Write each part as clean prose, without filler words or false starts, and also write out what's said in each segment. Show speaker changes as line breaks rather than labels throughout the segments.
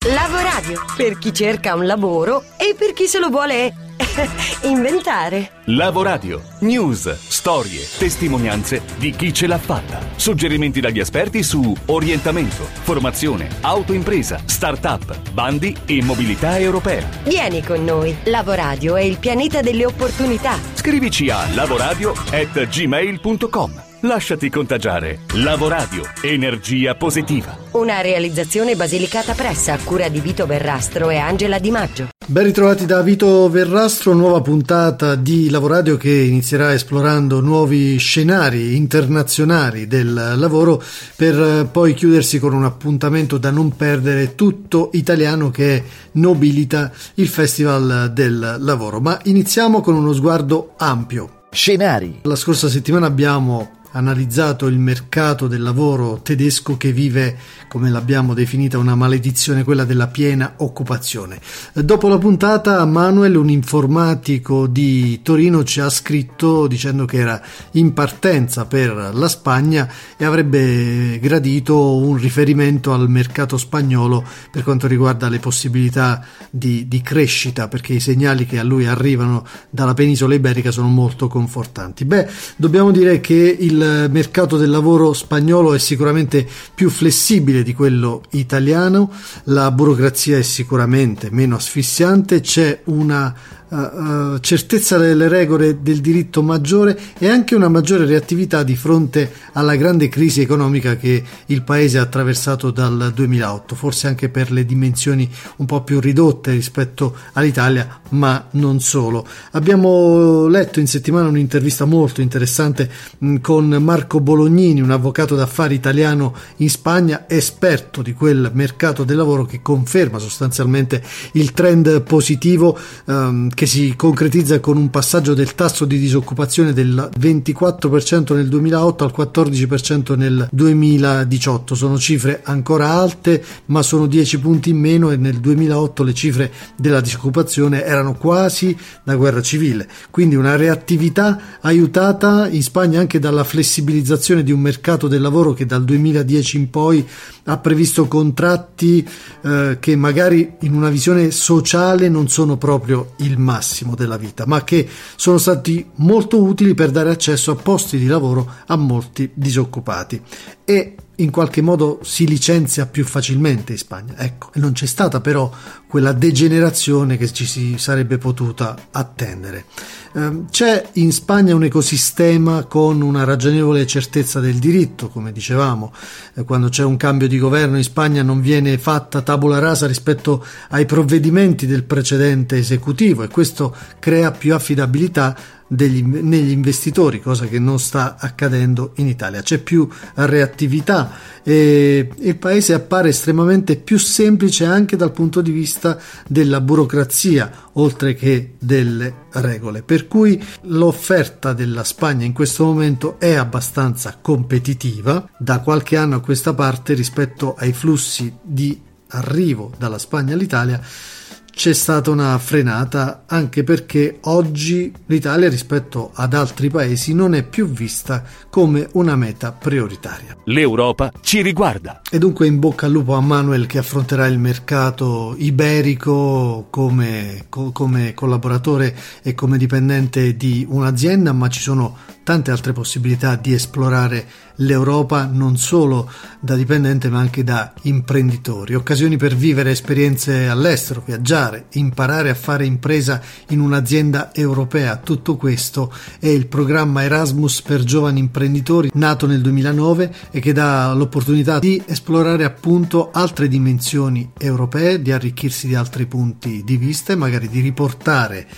Lavoradio, per chi cerca un lavoro e per chi se lo vuole inventare.
Lavoradio, news, storie, testimonianze di chi ce l'ha fatta. Suggerimenti dagli esperti su orientamento, formazione, autoimpresa, start-up, bandi e mobilità europea.
Vieni con noi. Lavoradio è il pianeta delle opportunità.
Scrivici a lavoradio@gmail.com. Lasciati contagiare. Lavoradio, energia positiva.
Una realizzazione Basilicata Press a cura di Vito Verrastro e Angela Di Maggio.
Ben ritrovati da Vito Verrastro, nuova puntata di Lavoradio che inizierà esplorando nuovi scenari internazionali del lavoro per poi chiudersi con un appuntamento da non perdere tutto italiano che è Nobilita, il Festival del Lavoro. Ma iniziamo con uno sguardo ampio.
Scenari.
La scorsa settimana abbiamo analizzato il mercato del lavoro tedesco che vive, come l'abbiamo definita, una maledizione, quella della piena occupazione. Dopo la puntata, Manuel, un informatico di Torino, ci ha scritto dicendo che era in partenza per la Spagna e avrebbe gradito un riferimento al mercato spagnolo per quanto riguarda le possibilità di crescita, perché i segnali che a lui arrivano dalla penisola iberica sono molto confortanti. Dobbiamo dire che il mercato del lavoro spagnolo è sicuramente più flessibile di quello italiano, la burocrazia è sicuramente meno asfissiante, c'è una certezza delle regole del diritto maggiore e anche una maggiore reattività di fronte alla grande crisi economica che il paese ha attraversato dal 2008, forse anche per le dimensioni un po' più ridotte rispetto all'Italia, ma non solo. Abbiamo letto in settimana un'intervista molto interessante con Marco Bolognini, un avvocato d'affari italiano in Spagna, esperto di quel mercato del lavoro, che conferma sostanzialmente il trend positivo che si concretizza con un passaggio del tasso di disoccupazione del 24% nel 2008 al 14% nel 2018. Sono cifre ancora alte, ma sono 10 punti in meno, e nel 2008 le cifre della disoccupazione erano quasi da guerra civile. Quindi una reattività aiutata in Spagna anche dalla flessibilizzazione di un mercato del lavoro che dal 2010 in poi ha previsto contratti che magari in una visione sociale non sono proprio il massimo della vita, ma che sono stati molto utili per dare accesso a posti di lavoro a molti disoccupati, e in qualche modo si licenzia più facilmente in Spagna. Ecco, e non c'è stata però quella degenerazione che ci si sarebbe potuta attendere. C'è in Spagna un ecosistema con una ragionevole certezza del diritto, come dicevamo. Quando c'è un cambio di governo in Spagna non viene fatta tabula rasa rispetto ai provvedimenti del precedente esecutivo, e questo crea più affidabilità negli investitori, cosa che non sta accadendo in Italia. C'è più reattività e il paese appare estremamente più semplice anche dal punto di vista della burocrazia, oltre che delle regole, per cui l'offerta della Spagna in questo momento è abbastanza competitiva da qualche anno a questa parte. Rispetto ai flussi di arrivo dalla Spagna all'Italia c'è stata una frenata, anche perché oggi l'Italia rispetto ad altri paesi non è più vista come una meta prioritaria.
L'Europa ci riguarda.
E dunque in bocca al lupo a Manuel, che affronterà il mercato iberico come collaboratore e come dipendente di un'azienda, ma ci sono tante altre possibilità di esplorare l'Europa, non solo da dipendente ma anche da imprenditori, occasioni per vivere esperienze all'estero, viaggiare, imparare a fare impresa in un'azienda europea. Tutto questo è il programma Erasmus per giovani imprenditori, nato nel 2009 e che dà l'opportunità di esplorare appunto altre dimensioni europee, di arricchirsi di altri punti di vista e magari di riportare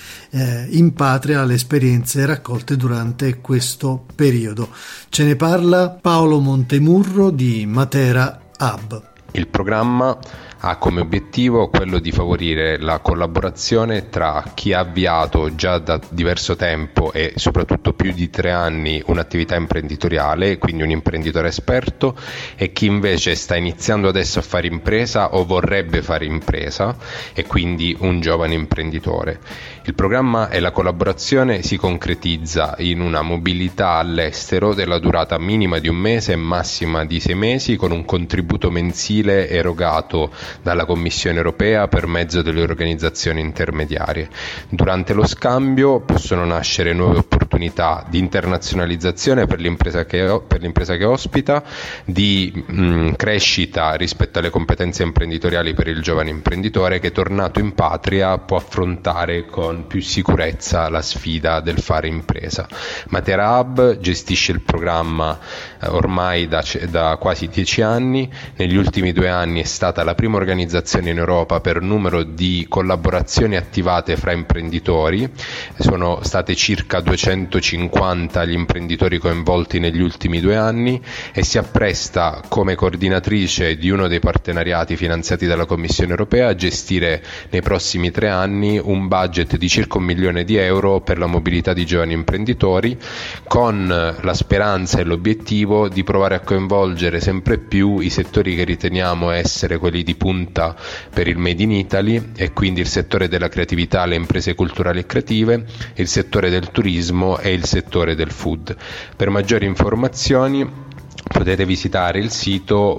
in patria le esperienze raccolte durante questo periodo. Ce ne parla Paolo Montemurro di Matera Hub.
Il programma ha come obiettivo quello di favorire la collaborazione tra chi ha avviato già da diverso tempo e soprattutto più di 3 anni un'attività imprenditoriale, quindi un imprenditore esperto, e chi invece sta iniziando adesso a fare impresa o vorrebbe fare impresa, e quindi un giovane imprenditore. Il programma e la collaborazione si concretizza in una mobilità all'estero della durata minima di 1 mese e massima di 6 mesi, con un contributo mensile erogato dalla Commissione europea per mezzo delle organizzazioni intermediarie. Durante lo scambio possono nascere nuove opportunità di internazionalizzazione per l'impresa che ospita, di crescita rispetto alle competenze imprenditoriali per il giovane imprenditore che, tornato in patria, può affrontare con più sicurezza la sfida del fare impresa. Matera Hub gestisce il programma ormai da quasi 10 anni. Negli ultimi 2 anni è stata la prima organizzazione in Europa per numero di collaborazioni attivate fra imprenditori. Sono state circa 250 gli imprenditori coinvolti negli ultimi 2 anni e si appresta, come coordinatrice di uno dei partenariati finanziati dalla Commissione europea, a gestire nei prossimi 3 anni un budget di circa 1 milione di euro per la mobilità di giovani imprenditori, con la speranza e l'obiettivo di provare a coinvolgere sempre più i settori che riteniamo essere quelli di punta per il Made in Italy, e quindi il settore della creatività, le imprese culturali e creative, il settore del turismo e il settore del food. Per maggiori informazioni potete visitare il sito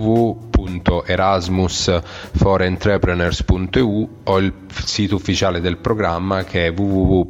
www.erasmusforentrepreneurs.eu o il sito ufficiale del programma, che è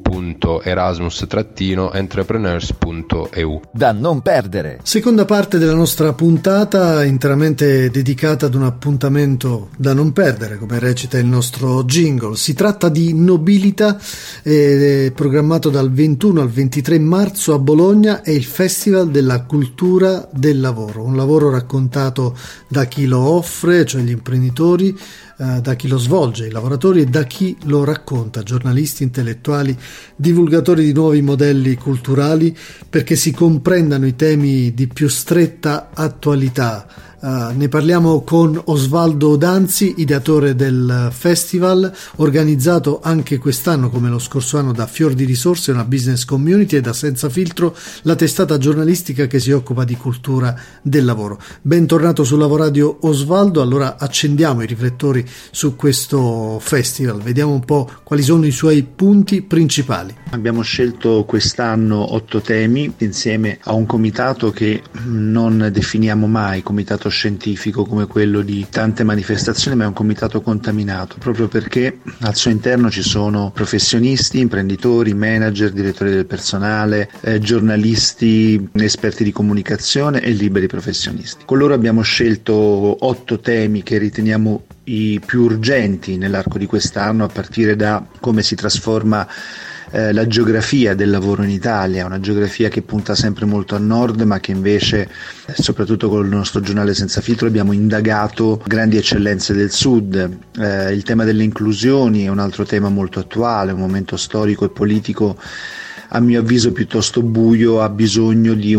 www.erasmus-entrepreneurs.eu.
Da non perdere.
Seconda parte della nostra puntata, interamente dedicata ad un appuntamento da non perdere, come recita il nostro jingle. Si tratta di Nobilita, è programmato dal 21 al 23 marzo a Bologna, è il Festival della Cultura del Lavoro, un lavoro raccontato da chi lo offre, cioè gli imprenditori, da chi lo svolge, i lavoratori, e da chi lo racconta, giornalisti, intellettuali, divulgatori di nuovi modelli culturali, perché si comprendano i temi di più stretta attualità. Ne parliamo con Osvaldo Danzi, ideatore del festival, organizzato anche quest'anno come lo scorso anno da Fior di Risorse, una business community, e da Senza Filtro, la testata giornalistica che si occupa di cultura del lavoro. Bentornato su Lavoradio Osvaldo. Allora accendiamo i riflettori su questo festival, vediamo un po' quali sono i suoi punti principali.
Abbiamo scelto quest'anno 8 temi insieme a un comitato che non definiamo mai comitato scientifico come quello di tante manifestazioni, ma è un comitato contaminato, proprio perché al suo interno ci sono professionisti, imprenditori, manager, direttori del personale, giornalisti, esperti di comunicazione e liberi professionisti. Con loro abbiamo scelto 8 temi che riteniamo i più urgenti nell'arco di quest'anno, a partire da come si trasforma la geografia del lavoro in Italia, una geografia che punta sempre molto a nord, ma che invece, soprattutto con il nostro giornale Senza Filtro, abbiamo indagato grandi eccellenze del sud. Il tema delle inclusioni è un altro tema molto attuale, un momento storico e politico a mio avviso piuttosto buio, ha bisogno di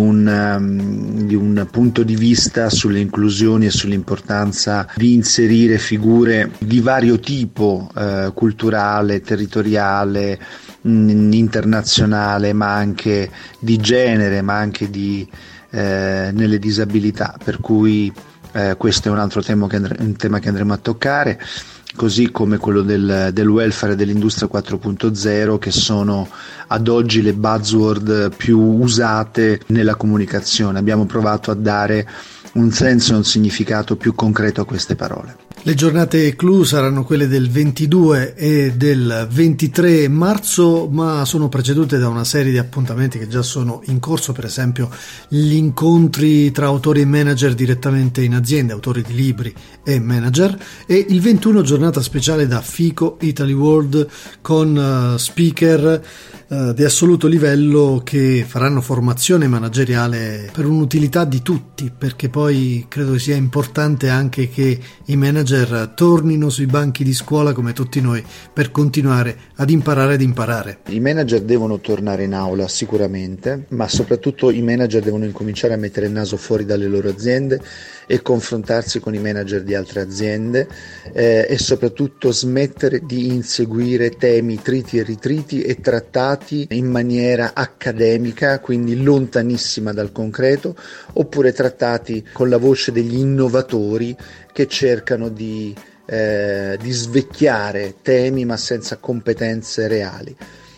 un punto di vista sulle inclusioni e sull'importanza di inserire figure di vario tipo, culturale, territoriale, internazionale, ma anche di genere, ma anche nelle disabilità, per cui questo è un altro tema che andremo a toccare, così come quello del welfare e dell'industria 4.0, che sono ad oggi le buzzword più usate nella comunicazione. Abbiamo provato a dare un senso e un significato più concreto a queste parole.
Le giornate clou saranno quelle del 22 e del 23 marzo, ma sono precedute da una serie di appuntamenti che già sono in corso, per esempio gli incontri tra autori e manager direttamente in aziende, autori di libri e manager, e il 21 giornata speciale da FICO Italy World con speaker di assoluto livello che faranno formazione manageriale per un'utilità di tutti, perché poi credo sia importante anche che i manager tornino sui banchi di scuola come tutti noi per continuare ad imparare.
I manager devono tornare in aula sicuramente, ma soprattutto i manager devono incominciare a mettere il naso fuori dalle loro aziende e confrontarsi con i manager di altre aziende, e soprattutto smettere di inseguire temi triti e ritriti e trattati in maniera accademica, quindi lontanissima dal concreto, oppure trattati con la voce degli innovatori che cercano di svecchiare temi ma senza competenze reali.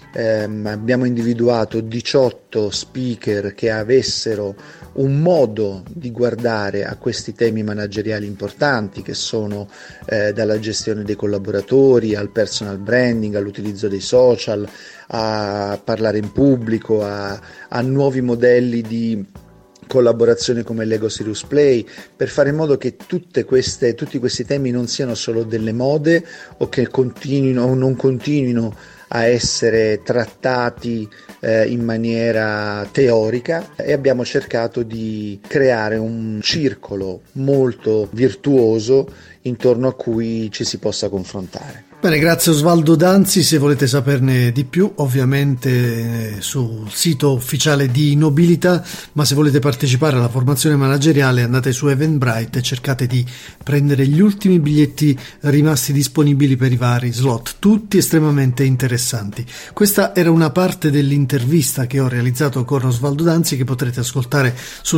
abbiamo individuato 18 speaker che avessero un modo di guardare a questi temi manageriali importanti, che sono dalla gestione dei collaboratori al personal branding, all'utilizzo dei social, a parlare in pubblico, a nuovi modelli di collaborazione come Lego Serious Play, per fare in modo che tutti questi temi non siano solo delle mode o che continuino o non continuino a essere trattati in maniera teorica, e abbiamo cercato di creare un circolo molto virtuoso intorno a cui ci si possa confrontare.
Bene, grazie Osvaldo Danzi. Se volete saperne di più, ovviamente sul sito ufficiale di Nobilita, ma se volete partecipare alla formazione manageriale andate su Eventbrite e cercate di prendere gli ultimi biglietti rimasti disponibili per i vari slot, tutti estremamente interessanti. Questa era una parte dell'intervista che ho realizzato con Osvaldo Danzi, che potrete ascoltare su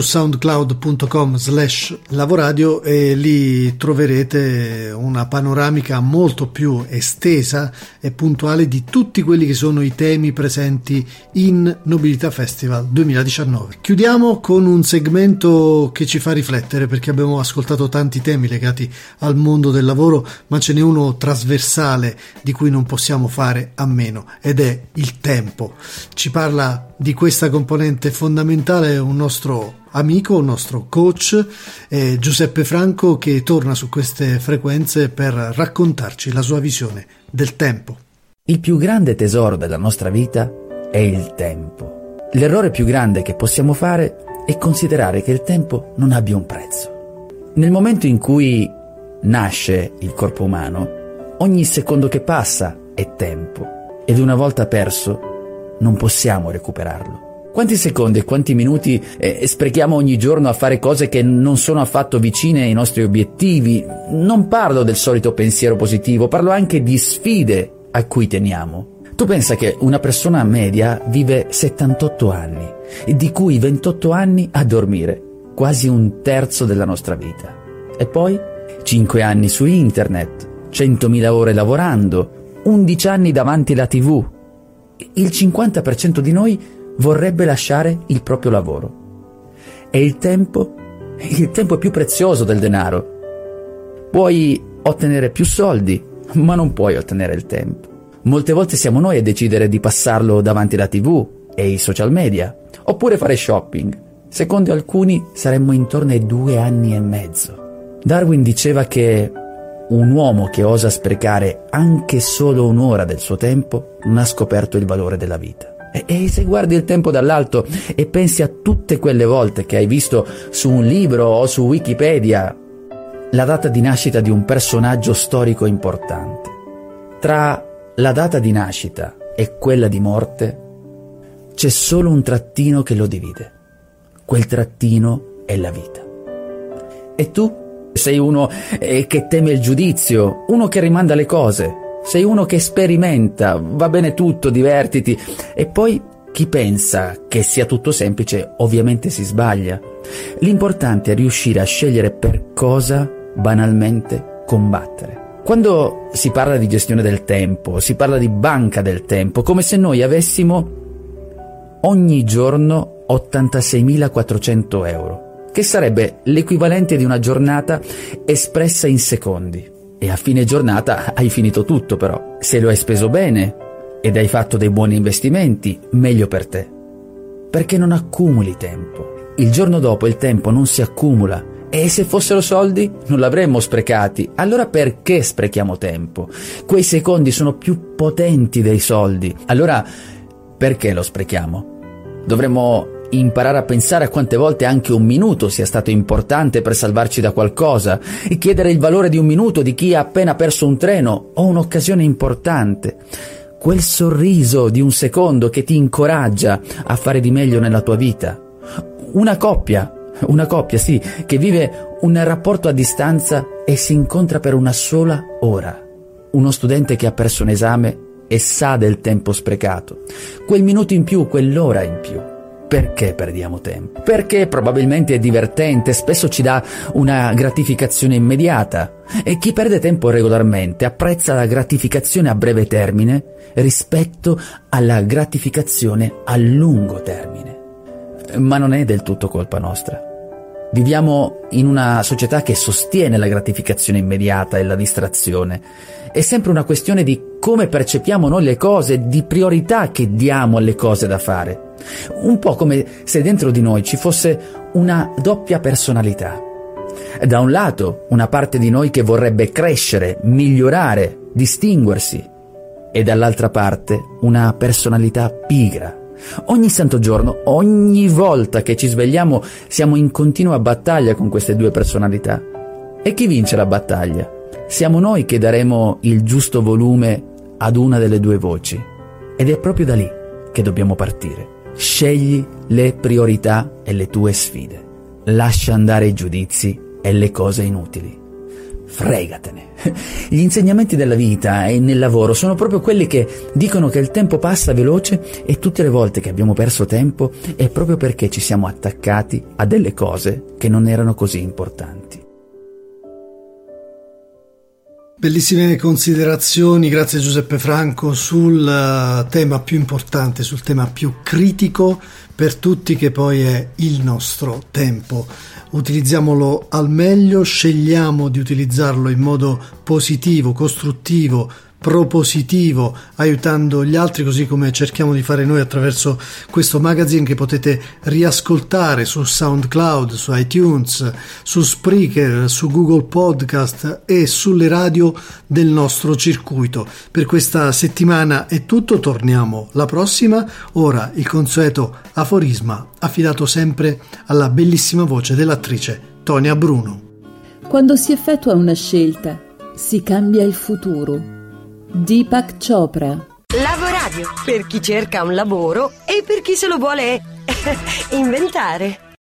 soundcloud.com/lavoradio, e lì troverete una panoramica molto più estesa e puntuale di tutti quelli che sono i temi presenti in Nobilita Festival 2019. Chiudiamo con un segmento che ci fa riflettere, perché abbiamo ascoltato tanti temi legati al mondo del lavoro, ma ce n'è uno trasversale di cui non possiamo fare a meno, ed è il tempo. Ci parla di questa componente fondamentale un nostro amico, un nostro coach, Giuseppe Franco, che torna su queste frequenze per raccontarci la sua visione del tempo.
Il più grande tesoro della nostra vita è il tempo. L'errore più grande che possiamo fare è considerare che il tempo non abbia un prezzo. Nel momento in cui nasce il corpo umano, ogni secondo che passa è tempo, ed una volta perso non possiamo recuperarlo. Quanti secondi e quanti minuti sprechiamo ogni giorno a fare cose che non sono affatto vicine ai nostri obiettivi? Non parlo del solito pensiero positivo, parlo anche di sfide a cui teniamo. Tu pensa che una persona media vive 78 anni, di cui 28 anni a dormire, quasi un terzo della nostra vita. E poi 5 anni su internet, 100.000 ore lavorando, 11 anni davanti alla TV. Il 50% di noi vorrebbe lasciare il proprio lavoro. E il tempo è più prezioso del denaro. Puoi ottenere più soldi, ma non puoi ottenere il tempo. Molte volte siamo noi a decidere di passarlo davanti alla TV e ai social media, oppure fare shopping. Secondo alcuni saremmo intorno ai 2 anni e mezzo. Darwin diceva che un uomo che osa sprecare anche solo un'ora del suo tempo non ha scoperto il valore della vita. E se guardi il tempo dall'alto e pensi a tutte quelle volte che hai visto su un libro o su Wikipedia la data di nascita di un personaggio storico importante, tra la data di nascita e quella di morte c'è solo un trattino che lo divide. Quel trattino è la vita. E tu sei uno che teme il giudizio, uno che rimanda le cose. Sei uno che sperimenta, va bene tutto, divertiti. E poi chi pensa che sia tutto semplice ovviamente si sbaglia. L'importante è riuscire a scegliere per cosa banalmente combattere. Quando si parla di gestione del tempo, si parla di banca del tempo, come se noi avessimo ogni giorno 86.400 euro, che sarebbe l'equivalente di una giornata espressa in secondi. E a fine giornata hai finito tutto, però. Se lo hai speso bene ed hai fatto dei buoni investimenti, meglio per te. Perché non accumuli tempo. Il giorno dopo il tempo non si accumula, e se fossero soldi non l'avremmo sprecati. Allora perché sprechiamo tempo? Quei secondi sono più potenti dei soldi. Allora perché lo sprechiamo? Dovremmo imparare a pensare a quante volte anche un minuto sia stato importante per salvarci da qualcosa, e chiedere il valore di un minuto di chi ha appena perso un treno o un'occasione importante. Quel sorriso di un secondo che ti incoraggia a fare di meglio nella tua vita. Una coppia, sì, che vive un rapporto a distanza e si incontra per una sola ora. Uno studente che ha perso un esame e sa del tempo sprecato. Quel minuto in più, quell'ora in più. perché perdiamo tempo? Perché probabilmente è divertente, spesso ci dà una gratificazione immediata, e chi perde tempo regolarmente apprezza la gratificazione a breve termine rispetto alla gratificazione a lungo termine. Ma non è del tutto colpa nostra. Viviamo in una società che sostiene la gratificazione immediata e la distrazione. È sempre una questione di come percepiamo noi le cose, di priorità che diamo alle cose da fare. Un po' come se dentro di noi ci fosse una doppia personalità. Da un lato, una parte di noi che vorrebbe crescere, migliorare, distinguersi, e dall'altra parte una personalità pigra. Ogni santo giorno, ogni volta che ci svegliamo, siamo in continua battaglia con queste due personalità. E chi vince la battaglia? Siamo noi che daremo il giusto volume ad una delle due voci. Ed è proprio da lì che dobbiamo partire. Scegli le priorità e le tue sfide. Lascia andare i giudizi e le cose inutili. Fregatene. Gli insegnamenti della vita e nel lavoro sono proprio quelli che dicono che il tempo passa veloce, e tutte le volte che abbiamo perso tempo è proprio perché ci siamo attaccati a delle cose che non erano così importanti.
Bellissime considerazioni, grazie Giuseppe Franco, sul tema più importante, sul tema più critico per tutti, che poi è il nostro tempo. Utilizziamolo al meglio, scegliamo di utilizzarlo in modo positivo, costruttivo, propositivo, aiutando gli altri, così come cerchiamo di fare noi attraverso questo magazine che potete riascoltare su SoundCloud, su iTunes, su Spreaker, su Google Podcast e sulle radio del nostro circuito. Per questa settimana è tutto, torniamo la prossima. Ora il consueto aforisma affidato sempre alla bellissima voce dell'attrice Tonia Bruno.
Quando si effettua una scelta, si cambia il futuro. Deepak Chopra.
Lavoradio, per chi cerca un lavoro e per chi se lo vuole inventare.